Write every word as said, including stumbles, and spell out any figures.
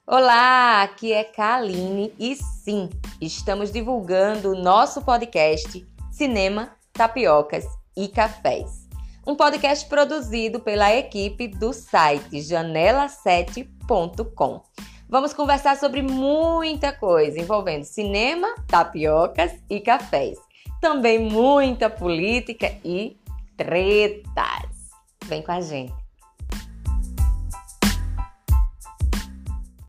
Olá, aqui é Kaline e sim, estamos divulgando o nosso podcast Cinema, Tapiocas e Cafés. Um podcast produzido pela equipe do site janela sete ponto com. Vamos conversar sobre muita coisa envolvendo cinema, tapiocas e cafés. Também muita política e tretas. Vem com a gente.